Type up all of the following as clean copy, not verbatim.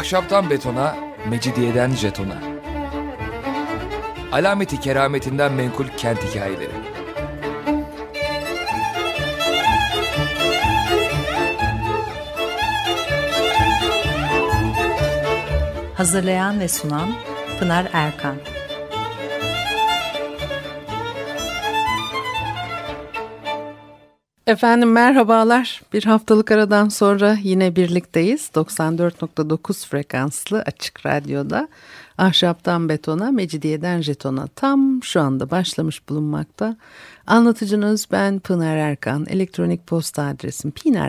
Ahşaptan betona, mecidiyeden jetona. Alameti kerametinden menkul kent hikayeleri. Hazırlayan ve sunan Pınar Erkan. Efendim merhabalar. Bir haftalık aradan sonra yine birlikteyiz. 94.9 frekanslı Açık Radyo'da Ahşaptan Betona, Mecidiyeden Jeton'a tam şu anda başlamış bulunmakta. Anlatıcınız ben Pınar Erkan. Elektronik posta adresim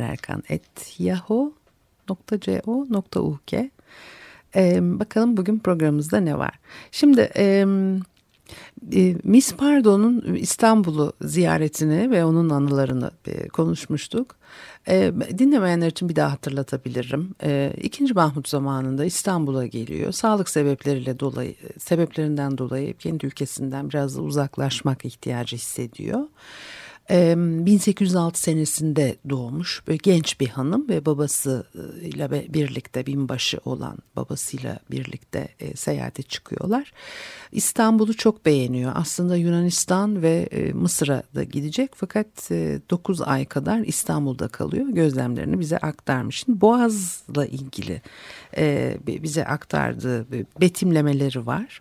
pinarerkan@yahoo.co.uk. Bakalım bugün programımızda ne var? Şimdi Miss Pardo'nun İstanbul'u ziyaretini ve onun anılarını konuşmuştuk. Dinlemeyenler için bir daha hatırlatabilirim. 2. Mahmut zamanında İstanbul'a geliyor. Sağlık sebeplerinden dolayı kendi ülkesinden biraz da uzaklaşmak ihtiyacı hissediyor. 1806 senesinde doğmuş böyle genç bir hanım ve babasıyla birlikte binbaşı olan babasıyla birlikte seyahate çıkıyorlar. İstanbul'u çok beğeniyor. Aslında Yunanistan ve Mısır'a da gidecek fakat 9 ay kadar İstanbul'da kalıyor. Gözlemlerini bize aktarmış. Şimdi Boğaz'la ilgili bize aktardığı betimlemeleri var.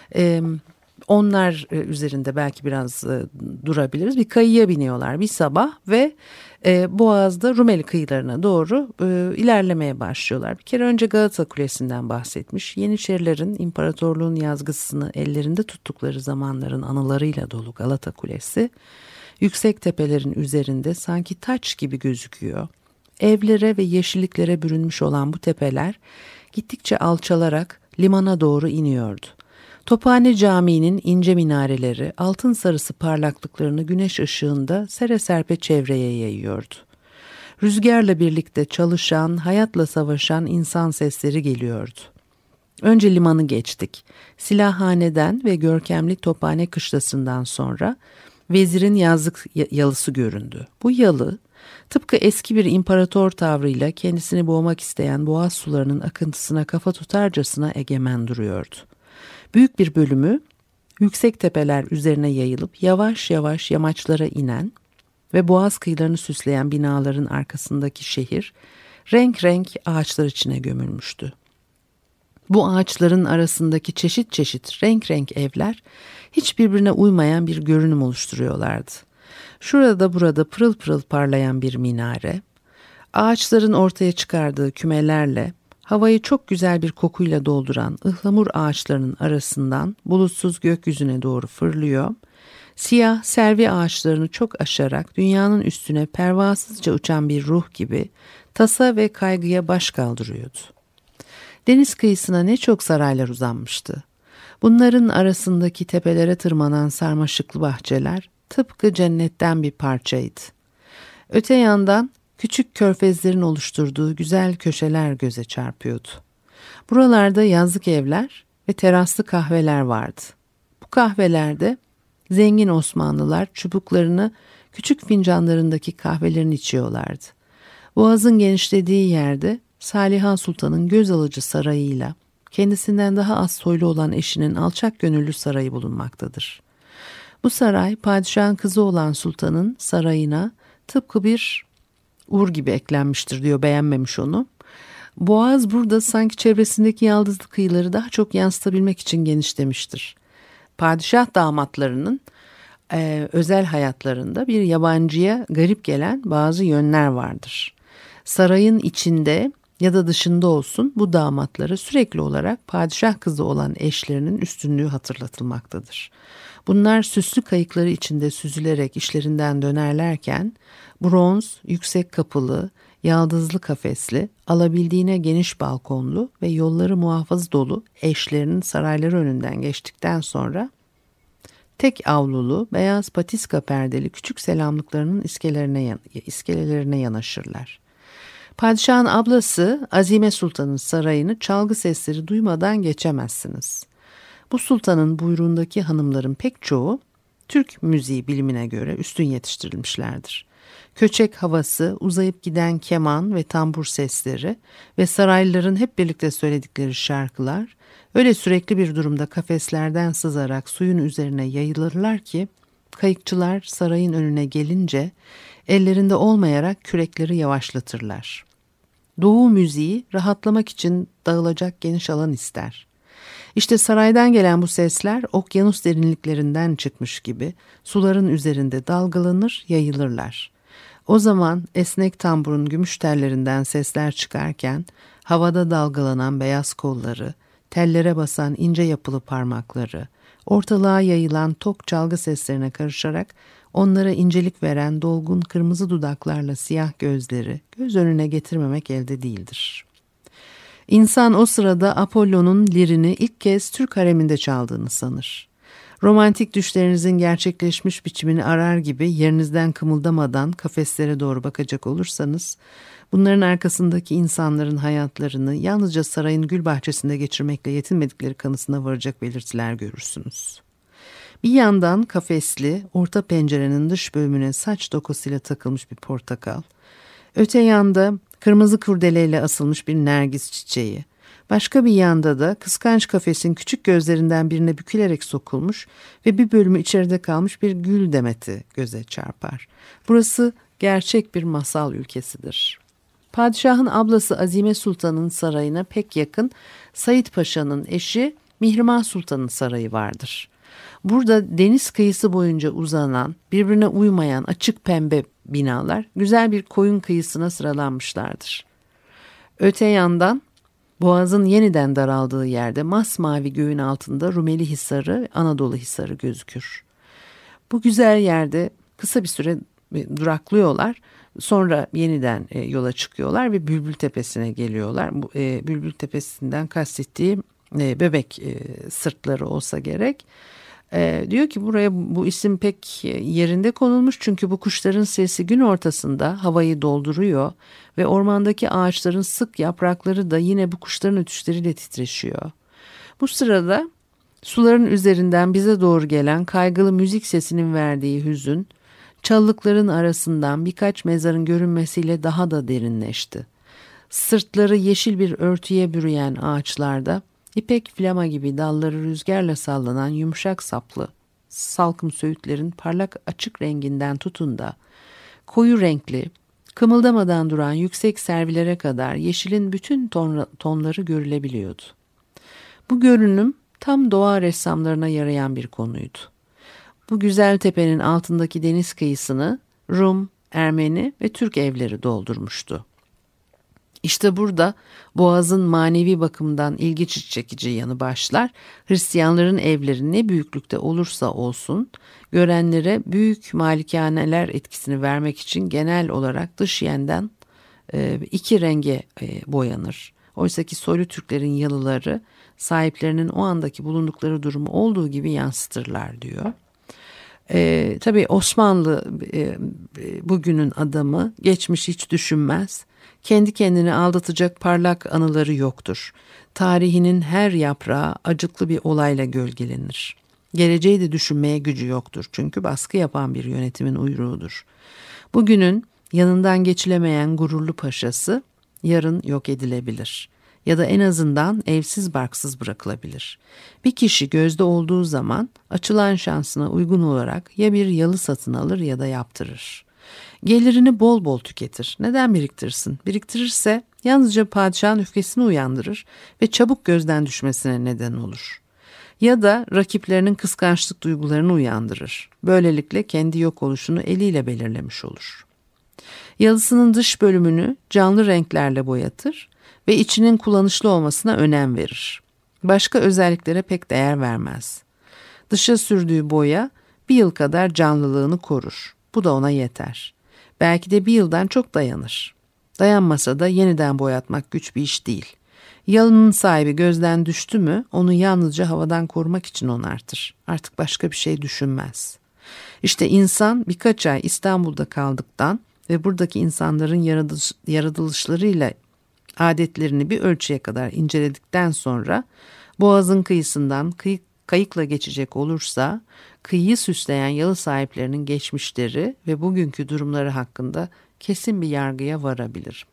Onlar üzerinde belki biraz durabiliriz. Bir kayıya biniyorlar bir sabah ve Boğaz'da Rumeli kıyılarına doğru ilerlemeye başlıyorlar. Bir kere önce Galata Kulesi'nden bahsetmiş. Yeniçerilerin imparatorluğun yazgısını ellerinde tuttukları zamanların anılarıyla dolu Galata Kulesi. Yüksek tepelerin üzerinde sanki taç gibi gözüküyor. Evlere ve yeşilliklere bürünmüş olan bu tepeler gittikçe alçalarak limana doğru iniyordu. Tophane Camii'nin ince minareleri altın sarısı parlaklıklarını güneş ışığında sere serpe çevreye yayıyordu. Rüzgarla birlikte çalışan, hayatla savaşan insan sesleri geliyordu. Önce limanı geçtik. Silahhaneden ve görkemli Tophane kışlasından sonra vezirin yazlık yalısı göründü. Bu yalı tıpkı eski bir imparator tavrıyla kendisini boğmak isteyen boğaz sularının akıntısına kafa tutarcasına egemen duruyordu. Büyük bir bölümü yüksek tepeler üzerine yayılıp yavaş yavaş yamaçlara inen ve boğaz kıyılarını süsleyen binaların arkasındaki şehir renk renk ağaçlar içine gömülmüştü. Bu ağaçların arasındaki çeşit çeşit renk renk evler hiç birbirine uymayan bir görünüm oluşturuyorlardı. Şurada burada pırıl pırıl parlayan bir minare, ağaçların ortaya çıkardığı kümelerle havayı çok güzel bir kokuyla dolduran ıhlamur ağaçlarının arasından bulutsuz gökyüzüne doğru fırlıyor. Siyah selvi ağaçlarını çok aşarak dünyanın üstüne pervasızca uçan bir ruh gibi tasa ve kaygıya baş kaldırıyordu. Deniz kıyısına ne çok saraylar uzanmıştı. Bunların arasındaki tepelere tırmanan sarmaşıklı bahçeler tıpkı cennetten bir parçaydı. Öte yandan küçük körfezlerin oluşturduğu güzel köşeler göze çarpıyordu. Buralarda yazlık evler ve teraslı kahveler vardı. Bu kahvelerde zengin Osmanlılar çubuklarını küçük fincanlarındaki kahvelerin içiyorlardı. Boğazın genişlediği yerde Saliha Sultan'ın göz alıcı sarayıyla kendisinden daha az soylu olan eşinin alçak gönüllü sarayı bulunmaktadır. Bu saray padişahın kızı olan sultanın sarayına tıpkı bir ur gibi eklenmiştir diyor, beğenmemiş onu. Boğaz burada sanki çevresindeki yaldızlı kıyıları daha çok yansıtabilmek için genişlemiştir. Padişah damatlarının özel hayatlarında bir yabancıya garip gelen bazı yönler vardır. Sarayın içinde ya da dışında olsun bu damatlara sürekli olarak padişah kızı olan eşlerinin üstünlüğü hatırlatılmaktadır. Bunlar süslü kayıkları içinde süzülerek işlerinden dönerlerken bronz, yüksek kapılı, yaldızlı kafesli, alabildiğine geniş balkonlu ve yolları muhafız dolu eşlerinin sarayları önünden geçtikten sonra tek avlulu, beyaz patiska perdeli küçük selamlıklarının iskelelerine yanaşırlar. Padişahın ablası Azime Sultan'ın sarayını çalgı sesleri duymadan geçemezsiniz. Bu sultanın buyruğundaki hanımların pek çoğu Türk müziği bilimine göre üstün yetiştirilmişlerdir. Köçek havası, uzayıp giden keman ve tambur sesleri ve saraylıların hep birlikte söyledikleri şarkılar öyle sürekli bir durumda kafeslerden sızarak suyun üzerine yayılırlar ki kayıkçılar sarayın önüne gelince ellerinde olmayarak kürekleri yavaşlatırlar. Doğu müziği rahatlamak için dağılacak geniş alan ister. İşte saraydan gelen bu sesler okyanus derinliklerinden çıkmış gibi suların üzerinde dalgalanır, yayılırlar. O zaman esnek tamburun gümüş tellerinden sesler çıkarken havada dalgalanan beyaz kolları, tellere basan ince yapılı parmakları, ortalığa yayılan tok çalgı seslerine karışarak onlara incelik veren dolgun kırmızı dudaklarla siyah gözleri göz önüne getirmemek elde değildir. İnsan o sırada Apollo'nun lirini ilk kez Türk hareminde çaldığını sanır. Romantik düşlerinizin gerçekleşmiş biçimini arar gibi yerinizden kımıldamadan kafeslere doğru bakacak olursanız, bunların arkasındaki insanların hayatlarını yalnızca sarayın gül bahçesinde geçirmekle yetinmedikleri kanısına varacak belirtiler görürsünüz. Bir yandan kafesli, orta pencerenin dış bölümüne saç dokusuyla takılmış bir portakal, öte yanda kırmızı kurdeleyle asılmış bir nergis çiçeği, başka bir yanda da kıskanç kafesin küçük gözlerinden birine bükülerek sokulmuş ve bir bölümü içeride kalmış bir gül demeti göze çarpar. Burası gerçek bir masal ülkesidir. Padişahın ablası Azime Sultan'ın sarayına pek yakın Said Paşa'nın eşi Mihrimah Sultan'ın sarayı vardır. Burada deniz kıyısı boyunca uzanan, birbirine uymayan açık pembe binalar güzel bir koyun kıyısına sıralanmışlardır. Öte yandan boğazın yeniden daraldığı yerde masmavi göğün altında Rumeli Hisarı, Anadolu Hisarı gözükür. Bu güzel yerde kısa bir süre duraklıyorlar. Sonra yeniden yola çıkıyorlar ve Bülbül Tepesi'ne geliyorlar. Bülbül Tepesi'nden kastettiği Bebek sırtları olsa gerek. Diyor ki buraya bu isim pek yerinde konulmuş çünkü bu kuşların sesi gün ortasında havayı dolduruyor ve ormandaki ağaçların sık yaprakları da yine bu kuşların ötüşleriyle titreşiyor. Bu sırada suların üzerinden bize doğru gelen kaygılı müzik sesinin verdiği hüzün, çalılıkların arasından birkaç mezarın görünmesiyle daha da derinleşti. Sırtları yeşil bir örtüye bürüyen ağaçlarda İpek flama gibi dalları rüzgarla sallanan yumuşak saplı salkım söğütlerin parlak açık renginden tutun da koyu renkli, kımıldamadan duran yüksek servilere kadar yeşilin bütün tonları görülebiliyordu. Bu görünüm tam doğa ressamlarına yarayan bir konuydu. Bu güzel tepenin altındaki deniz kıyısını Rum, Ermeni ve Türk evleri doldurmuştu. İşte burada boğazın manevi bakımdan ilgi çekici yanı başlar. Hristiyanların evleri ne büyüklükte olursa olsun görenlere büyük malikaneler etkisini vermek için genel olarak dış yenden iki renge boyanır. Oysaki soylu Türklerin yalıları sahiplerinin o andaki bulundukları durumu olduğu gibi yansıtırlar diyor. Tabii Osmanlı bugünün adamı geçmişi hiç düşünmez. Kendi kendini aldatacak parlak anıları yoktur. Tarihinin her yaprağı acıklı bir olayla gölgelenir. Geleceği de düşünmeye gücü yoktur çünkü baskı yapan bir yönetimin uyruğudur. Bugünün yanından geçilemeyen gururlu paşası yarın yok edilebilir ya da en azından evsiz barksız bırakılabilir. Bir kişi gözde olduğu zaman açılan şansına uygun olarak ya bir yalı satın alır ya da yaptırır. Gelirini bol bol tüketir. Neden biriktirsin? Biriktirirse yalnızca padişahın öfkesini uyandırır ve çabuk gözden düşmesine neden olur. Ya da rakiplerinin kıskançlık duygularını uyandırır. Böylelikle kendi yok oluşunu eliyle belirlemiş olur. Yalısının dış bölümünü canlı renklerle boyatır ve içinin kullanışlı olmasına önem verir. Başka özelliklere pek değer vermez. Dışa sürdüğü boya bir yıl kadar canlılığını korur. Bu da ona yeter. Belki de bir yıldan çok dayanır. Dayanmasa da yeniden boyatmak güç bir iş değil. Yalının sahibi gözden düştü mü onu yalnızca havadan korumak için onartır. Artık başka bir şey düşünmez. İşte insan birkaç ay İstanbul'da kaldıktan ve buradaki insanların yaratılışlarıyla adetlerini bir ölçüye kadar inceledikten sonra boğazın kıyısından kayıkla geçecek olursa kıyıyı süsleyen yalı sahiplerinin geçmişleri ve bugünkü durumları hakkında kesin bir yargıya varabilir.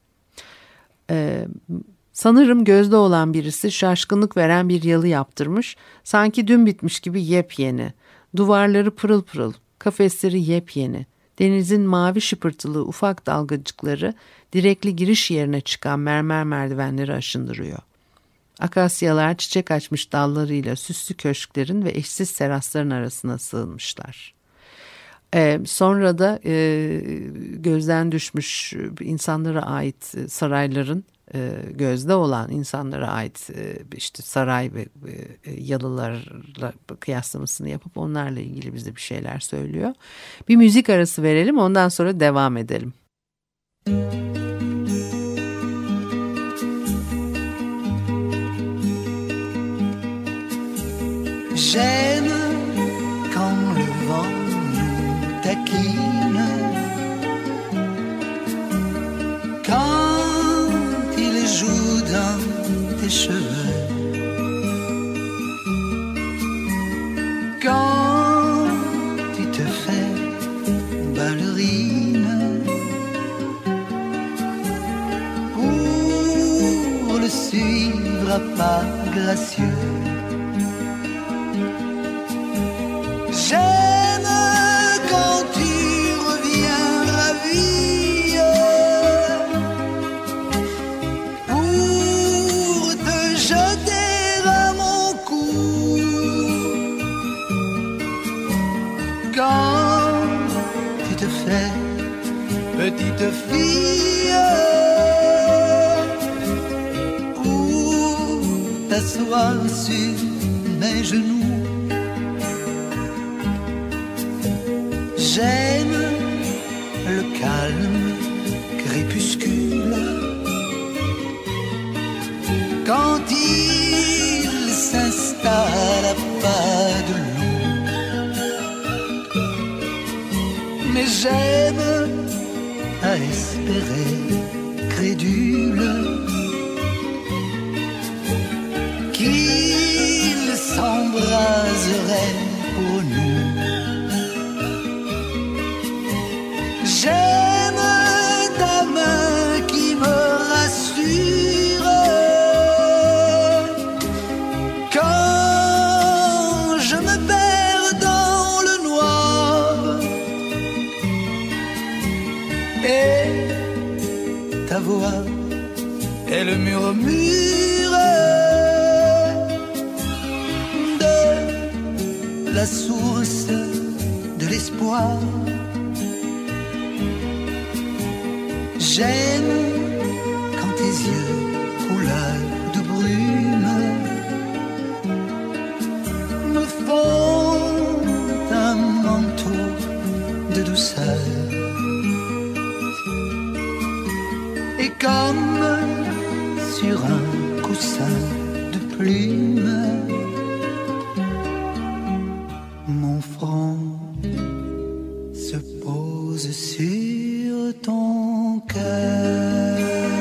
Sanırım gözde olan birisi şaşkınlık veren bir yalı yaptırmış, sanki dün bitmiş gibi yepyeni. Duvarları pırıl pırıl, kafesleri yepyeni. Denizin mavi şıpırtılı ufak dalgacıkları direkli giriş yerine çıkan mermer merdivenleri aşındırıyor. Akasyalar çiçek açmış dallarıyla süslü köşklerin ve eşsiz terasların arasına sığınmışlar. Sonra da gözden düşmüş insanlara ait sarayların, gözde olan insanlara ait işte saray ve yalılarla kıyaslamasını yapıp onlarla ilgili bize bir şeyler söylüyor. Bir müzik arası verelim, ondan sonra devam edelim. J'aime quand le vent nous taquine, quand il joue dans tes cheveux, quand tu te fais ballerine, pour le suivre à pas gracieux. J'aime quand tu reviens ravi pour te jeter à mon cou. Quand tu te fais petite fille pour t'asseoir sur mes genoux. J'aime le calme crépuscule quand il s'installe à pas de loup. Mais j'aime à espérer crédule qu'il s'embraserait pour nous. J'aime ta main qui me rassure quand je me perds dans le noir, et ta voix, elle murmure de la source de l'espoir. J'aime quand tes yeux couleur de brume me font un manteau de douceur. Et comme sur un coussin de plumes, mon front se pose sur ton cœur.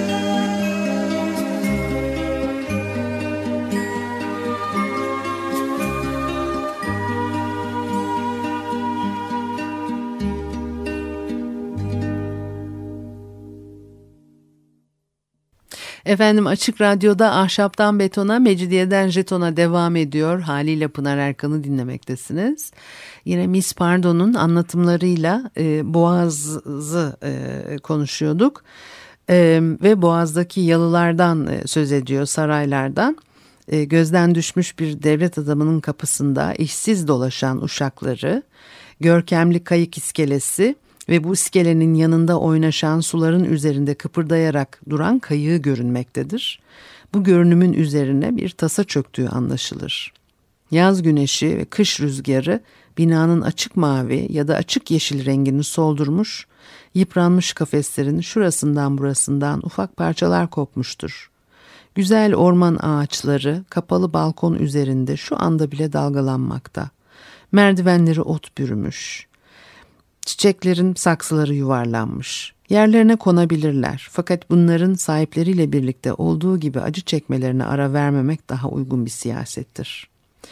Efendim, Açık Radyo'da Ahşaptan Betona, Mecidiyeden Jeton'a devam ediyor. Haliyle Pınar Erkan'ı dinlemektesiniz. Yine Miss Pardon'un anlatımlarıyla Boğaz'ı konuşuyorduk. Ve Boğaz'daki yalılardan söz ediyor, saraylardan. Gözden düşmüş bir devlet adamının kapısında işsiz dolaşan uşakları, görkemli kayık iskelesi ve bu iskelenin yanında oynaşan suların üzerinde kıpırdayarak duran kayığı görünmektedir. Bu görünümün üzerine bir tasa çöktüğü anlaşılır. Yaz güneşi ve kış rüzgarı binanın açık mavi ya da açık yeşil rengini soldurmuş, yıpranmış kafeslerin şurasından burasından ufak parçalar kopmuştur. Güzel orman ağaçları kapalı balkon üzerinde şu anda bile dalgalanmakta. Merdivenleri ot bürümüş. Çiçeklerin saksıları yuvarlanmış. Yerlerine konabilirler, fakat bunların sahipleriyle birlikte olduğu gibi acı çekmelerine ara vermemek daha uygun bir siyasettir.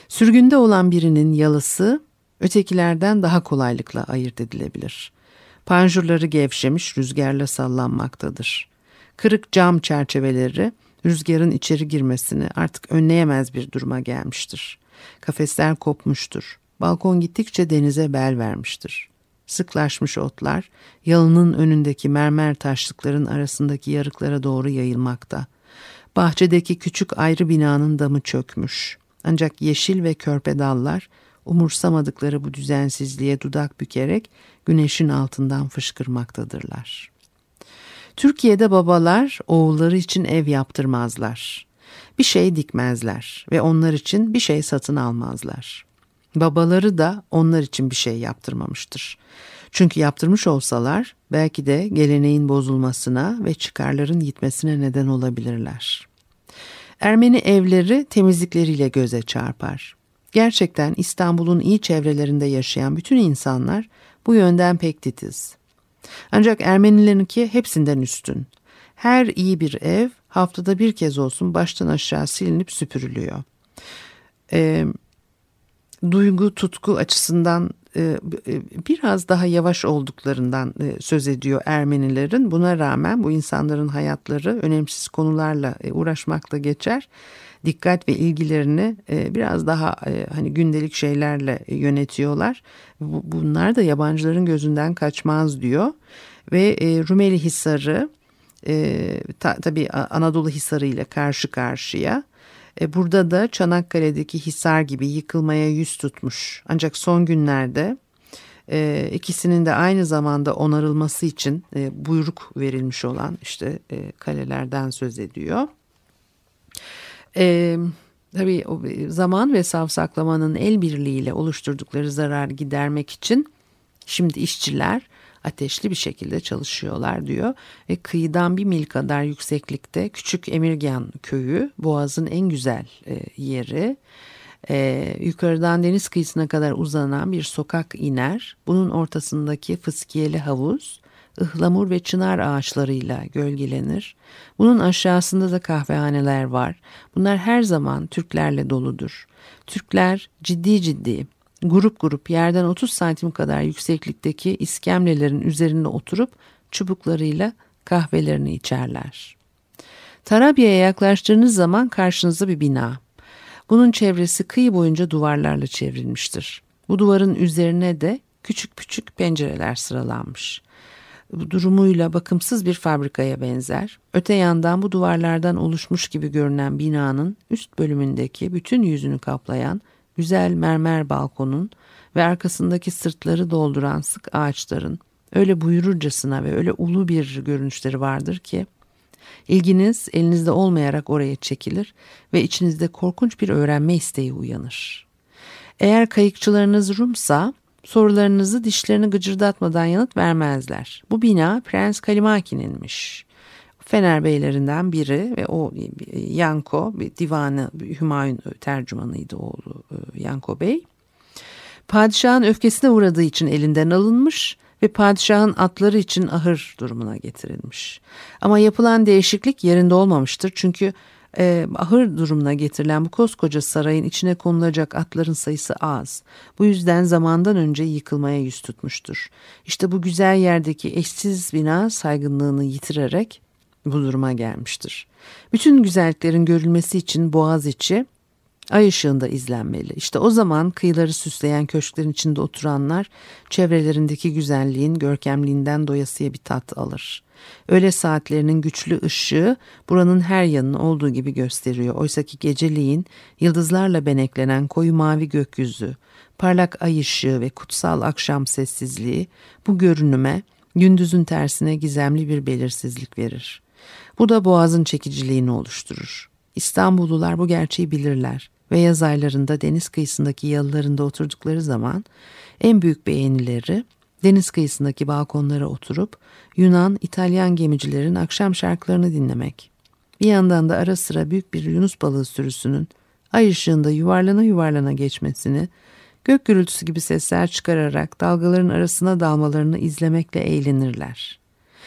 Sürgünde olan birinin yalısı ötekilerden daha kolaylıkla ayırt edilebilir. Panjurları gevşemiş, rüzgarla sallanmaktadır. Kırık cam çerçeveleri rüzgarın içeri girmesini artık önleyemez bir duruma gelmiştir. Kafesler kopmuştur. Balkon gittikçe denize bel vermiştir. Sıklaşmış otlar yalının önündeki mermer taşlıkların arasındaki yarıklara doğru yayılmakta. Bahçedeki küçük ayrı binanın damı çökmüş. Ancak yeşil ve körpe dallar umursamadıkları bu düzensizliğe dudak bükerek güneşin altından fışkırmaktadırlar. Türkiye'de babalar oğulları için ev yaptırmazlar. Bir şey dikmezler ve onlar için bir şey satın almazlar. Babaları da onlar için bir şey yaptırmamıştır. Çünkü yaptırmış olsalar belki de geleneğin bozulmasına ve çıkarların gitmesine neden olabilirler. Ermeni evleri temizlikleriyle göze çarpar. Gerçekten İstanbul'un iyi çevrelerinde yaşayan bütün insanlar bu yönden pek titiz. Ancak Ermenilerinki hepsinden üstün. Her iyi bir ev haftada bir kez olsun baştan aşağı silinip süpürülüyor. Duygu, tutku açısından biraz daha yavaş olduklarından söz ediyor Ermenilerin. Buna rağmen bu insanların hayatları önemsiz konularla uğraşmakla geçer. Dikkat ve ilgilerini biraz daha hani gündelik şeylerle yönetiyorlar. Bunlar da yabancıların gözünden kaçmaz diyor. Ve Rumeli Hisarı tabii Anadolu Hisarı ile karşı karşıya. Burada da Çanakkale'deki Hisar gibi yıkılmaya yüz tutmuş. Ancak son günlerde ikisinin de aynı zamanda onarılması için buyruk verilmiş olan işte kalelerden söz ediyor. Tabii zaman ve savsaklamanın el birliğiyle oluşturdukları zararı gidermek için şimdi işçiler ateşli bir şekilde çalışıyorlar diyor. Ve kıyıdan 1 mil kadar yükseklikte Küçük Emirgan köyü Boğaz'ın en güzel yeri. Yukarıdan deniz kıyısına kadar uzanan bir sokak iner. Bunun ortasındaki fıskiyeli havuz ıhlamur ve çınar ağaçlarıyla gölgelenir. Bunun aşağısında da kahvehaneler var. Bunlar her zaman Türklerle doludur. Türkler ciddi grup grup yerden 30 santim kadar yükseklikteki iskemlelerin üzerine oturup çubuklarıyla kahvelerini içerler. Tarabya'ya yaklaştığınız zaman karşınıza bir bina. Bunun çevresi kıyı boyunca duvarlarla çevrilmiştir. Bu duvarın üzerine de küçük pencereler sıralanmış. Bu durumuyla bakımsız bir fabrikaya benzer. Öte yandan bu duvarlardan oluşmuş gibi görünen binanın üst bölümündeki bütün yüzünü kaplayan güzel mermer balkonun ve arkasındaki sırtları dolduran sık ağaçların öyle buyururcasına ve öyle ulu bir görünüşleri vardır ki ilginiz elinizde olmayarak oraya çekilir ve içinizde korkunç bir öğrenme isteği uyanır. Eğer kayıkçılarınız Rumsa sorularınızı dişlerini gıcırdatmadan yanıt vermezler. Bu bina Prens Kalimaki'ninmiş. Fener beylerinden biri ve o Yanko, bir divanı Hümayun tercümanıydı oğlu Yanko Bey. Padişahın öfkesine uğradığı için elinden alınmış ve padişahın atları için ahır durumuna getirilmiş. Ama yapılan değişiklik yerinde olmamıştır çünkü ahır durumuna getirilen bu koskoca sarayın içine konulacak atların sayısı az. Bu yüzden zamandan önce yıkılmaya yüz tutmuştur. İşte bu güzel yerdeki eşsiz bina saygınlığını yitirerek bu duruma gelmiştir. Bütün güzelliklerin görülmesi için Boğaziçi ay ışığında izlenmeli. İşte o zaman kıyıları süsleyen köşklerin içinde oturanlar çevrelerindeki güzelliğin görkemliğinden doyasıya bir tat alır. Öğle saatlerinin güçlü ışığı buranın her yanını olduğu gibi gösteriyor. Oysaki geceliğin yıldızlarla beneklenen koyu mavi gökyüzü, parlak ay ışığı ve kutsal akşam sessizliği bu görünüme gündüzün tersine gizemli bir belirsizlik verir. Bu da Boğaz'ın çekiciliğini oluşturur. İstanbullular bu gerçeği bilirler ve yaz aylarında deniz kıyısındaki yalılarında oturdukları zaman en büyük beğenileri deniz kıyısındaki balkonlara oturup Yunan, İtalyan gemicilerin akşam şarkılarını dinlemek. Bir yandan da ara sıra büyük bir yunus balığı sürüsünün ay ışığında yuvarlana geçmesini, gök gürültüsü gibi sesler çıkararak dalgaların arasına dalmalarını izlemekle eğlenirler.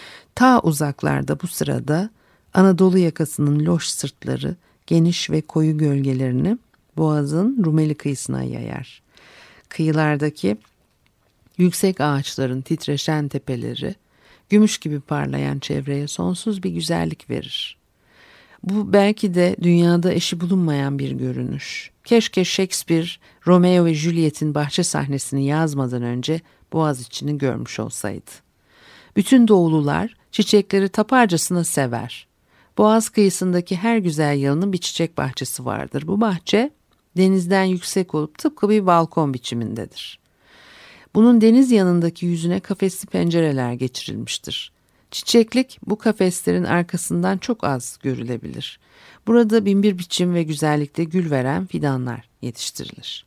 Ta uzaklarda bu sırada Anadolu yakasının loş sırtları, geniş ve koyu gölgelerini Boğaz'ın Rumeli kıyısına yayar. Kıyılardaki yüksek ağaçların titreşen tepeleri, gümüş gibi parlayan çevreye sonsuz bir güzellik verir. Bu belki de dünyada eşi bulunmayan bir görünüş. Keşke Shakespeare, Romeo ve Juliet'in bahçe sahnesini yazmadan önce Boğaziçi'ni görmüş olsaydı. Bütün doğulular çiçekleri taparcasına sever. Boğaz kıyısındaki her güzel yalının bir çiçek bahçesi vardır. Bu bahçe denizden yüksek olup tıpkı bir balkon biçimindedir. Bunun deniz yanındaki yüzüne kafesli pencereler geçirilmiştir. Çiçeklik bu kafeslerin arkasından çok az görülebilir. Burada binbir biçim ve güzellikte gül veren fidanlar yetiştirilir.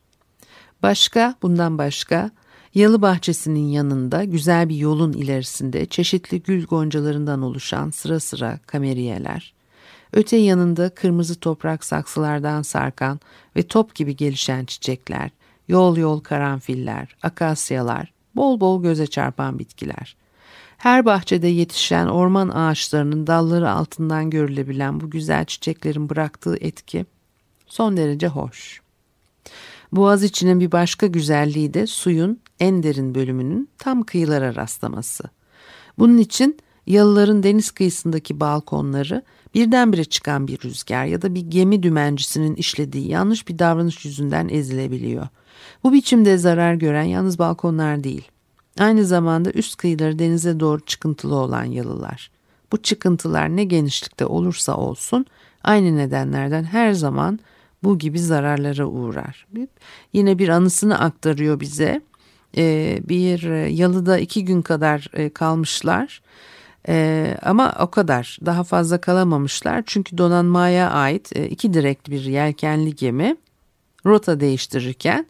Bundan başka yalı bahçesinin yanında güzel bir yolun ilerisinde çeşitli gül goncalarından oluşan sıra sıra kameriyeler, öte yanında kırmızı toprak saksılardan sarkan ve top gibi gelişen çiçekler, yol yol karanfiller, akasyalar, bol bol göze çarpan bitkiler. Her bahçede yetişen orman ağaçlarının dalları altından görülebilen bu güzel çiçeklerin bıraktığı etki son derece hoş. Boğaziçi'nin bir başka güzelliği de suyun en derin bölümünün tam kıyılara rastlaması. Bunun için yalıların deniz kıyısındaki balkonları birdenbire çıkan bir rüzgar ya da bir gemi dümencisinin işlediği yanlış bir davranış yüzünden ezilebiliyor. Bu biçimde zarar gören yalnız balkonlar değil, aynı zamanda üst kıyıları denize doğru çıkıntılı olan yalılar. Bu çıkıntılar ne genişlikte olursa olsun aynı nedenlerden her zaman bu gibi zararlara uğrar. Yine bir anısını aktarıyor bize. Bir yalıda 2 gün kadar kalmışlar. Ama o kadar daha fazla kalamamışlar. Çünkü donanmaya ait 2 direkli bir yelkenli gemi rota değiştirirken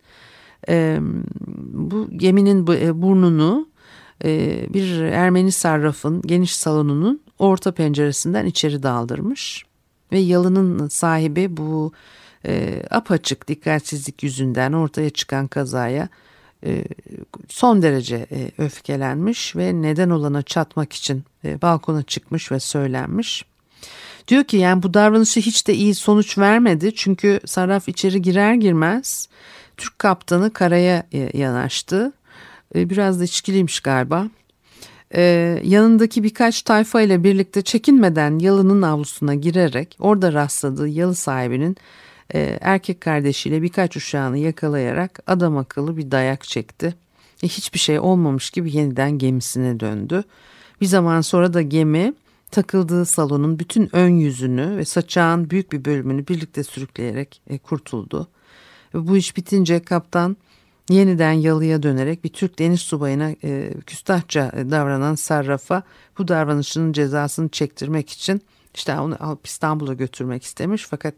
bu geminin burnunu bir Ermeni sarrafın geniş salonunun orta penceresinden içeri daldırmış. Ve yalının sahibi bu apaçık dikkatsizlik yüzünden ortaya çıkan kazaya son derece öfkelenmiş ve neden olana çatmak için balkona çıkmış ve söylenmiş. Diyor ki yani bu davranışı hiç de iyi sonuç vermedi çünkü sarraf içeri girer girmez Türk kaptanı karaya yanaştı. Biraz da içkiliymiş galiba. Yanındaki birkaç tayfa ile birlikte çekinmeden yalının avlusuna girerek orada rastladığı yalı sahibinin erkek kardeşiyle birkaç uşağını yakalayarak adam akıllı bir dayak çekti. Hiçbir şey olmamış gibi yeniden gemisine döndü. Bir zaman sonra da gemi takıldığı salonun bütün ön yüzünü ve saçağın büyük bir bölümünü birlikte sürükleyerek kurtuldu. Bu iş bitince kaptan yeniden yalıya dönerek bir Türk deniz subayına küstahça davranan sarrafa bu davranışının cezasını çektirmek için işte onu alıp İstanbul'a götürmek istemiş. Fakat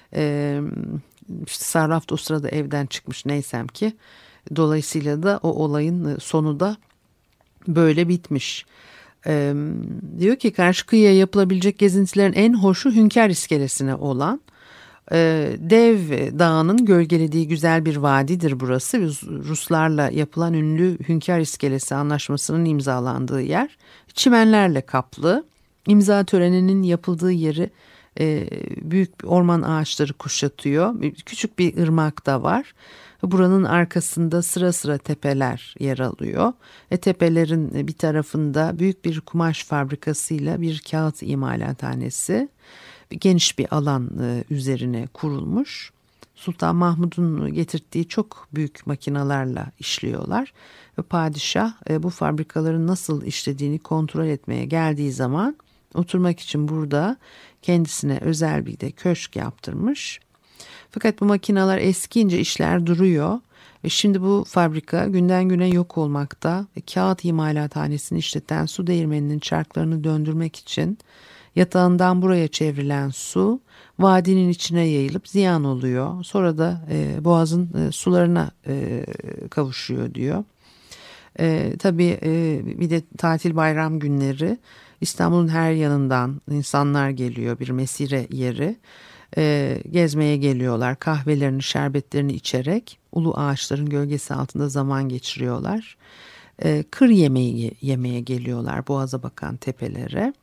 işte sarraf da o sırada evden çıkmış neysem ki. Dolayısıyla da o olayın sonu da böyle bitmiş. Diyor ki karşı kıyıya yapılabilecek gezintilerin en hoşu Hünkar İskelesi'ne olan Dev Dağı'nın gölgelediği güzel bir vadidir burası. Ruslarla yapılan ünlü Hünkar İskelesi anlaşmasının imzalandığı yer çimenlerle kaplı. İmza töreninin yapıldığı yeri büyük orman ağaçları kuşatıyor. Küçük bir ırmak da var. Buranın arkasında sıra sıra tepeler yer alıyor. Tepelerin bir tarafında büyük bir kumaş fabrikasıyla bir kağıt imalathanesi geniş bir alan üzerine kurulmuş. Sultan Mahmud'un getirdiği çok büyük makinalarla işliyorlar. Ve padişah bu fabrikaların nasıl işlediğini kontrol etmeye geldiği zaman oturmak için burada kendisine özel bir de köşk yaptırmış. Fakat bu makineler eskiyince işler duruyor ve şimdi bu fabrika günden güne yok olmakta. Kağıt imalathanesini işleten su değirmeninin çarklarını döndürmek için yatağından buraya çevrilen su vadinin içine yayılıp ziyan oluyor. Sonra da boğazın sularına kavuşuyor diyor. Tabii bir de tatil bayram günleri İstanbul'un her yanından insanlar geliyor, bir mesire yeri. Gezmeye geliyorlar, kahvelerini şerbetlerini içerek ulu ağaçların gölgesi altında zaman geçiriyorlar. Kır yemeği yemeye geliyorlar boğaza bakan tepelere.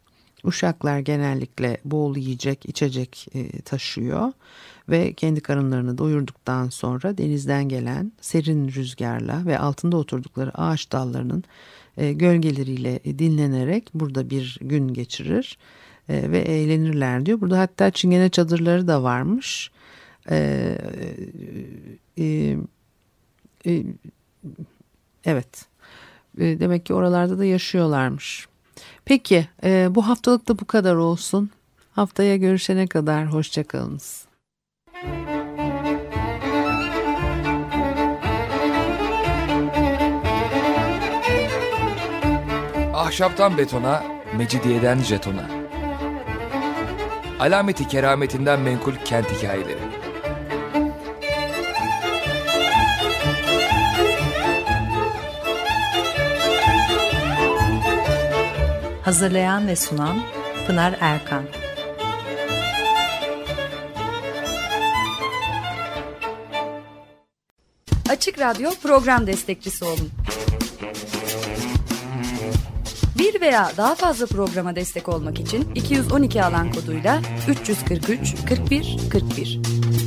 Uşaklar genellikle bol yiyecek, içecek taşıyor ve kendi karınlarını doyurduktan sonra denizden gelen serin rüzgarla ve altında oturdukları ağaç dallarının gölgeleriyle dinlenerek burada bir gün geçirir ve eğlenirler diyor. Burada hatta çingene çadırları da varmış. Evet. Demek ki oralarda da yaşıyorlarmış. Peki bu haftalık da bu kadar olsun. Haftaya görüşene kadar hoşça kalınız. Ahşaptan betona, mecidiyeden jetona. Alameti kerametinden menkul kent hikayeleri. Hazırlayan ve sunan Pınar Erkan. Açık Radyo program destekçisi olun. Bir veya daha fazla programa destek olmak için 212 alan koduyla 343 41 41.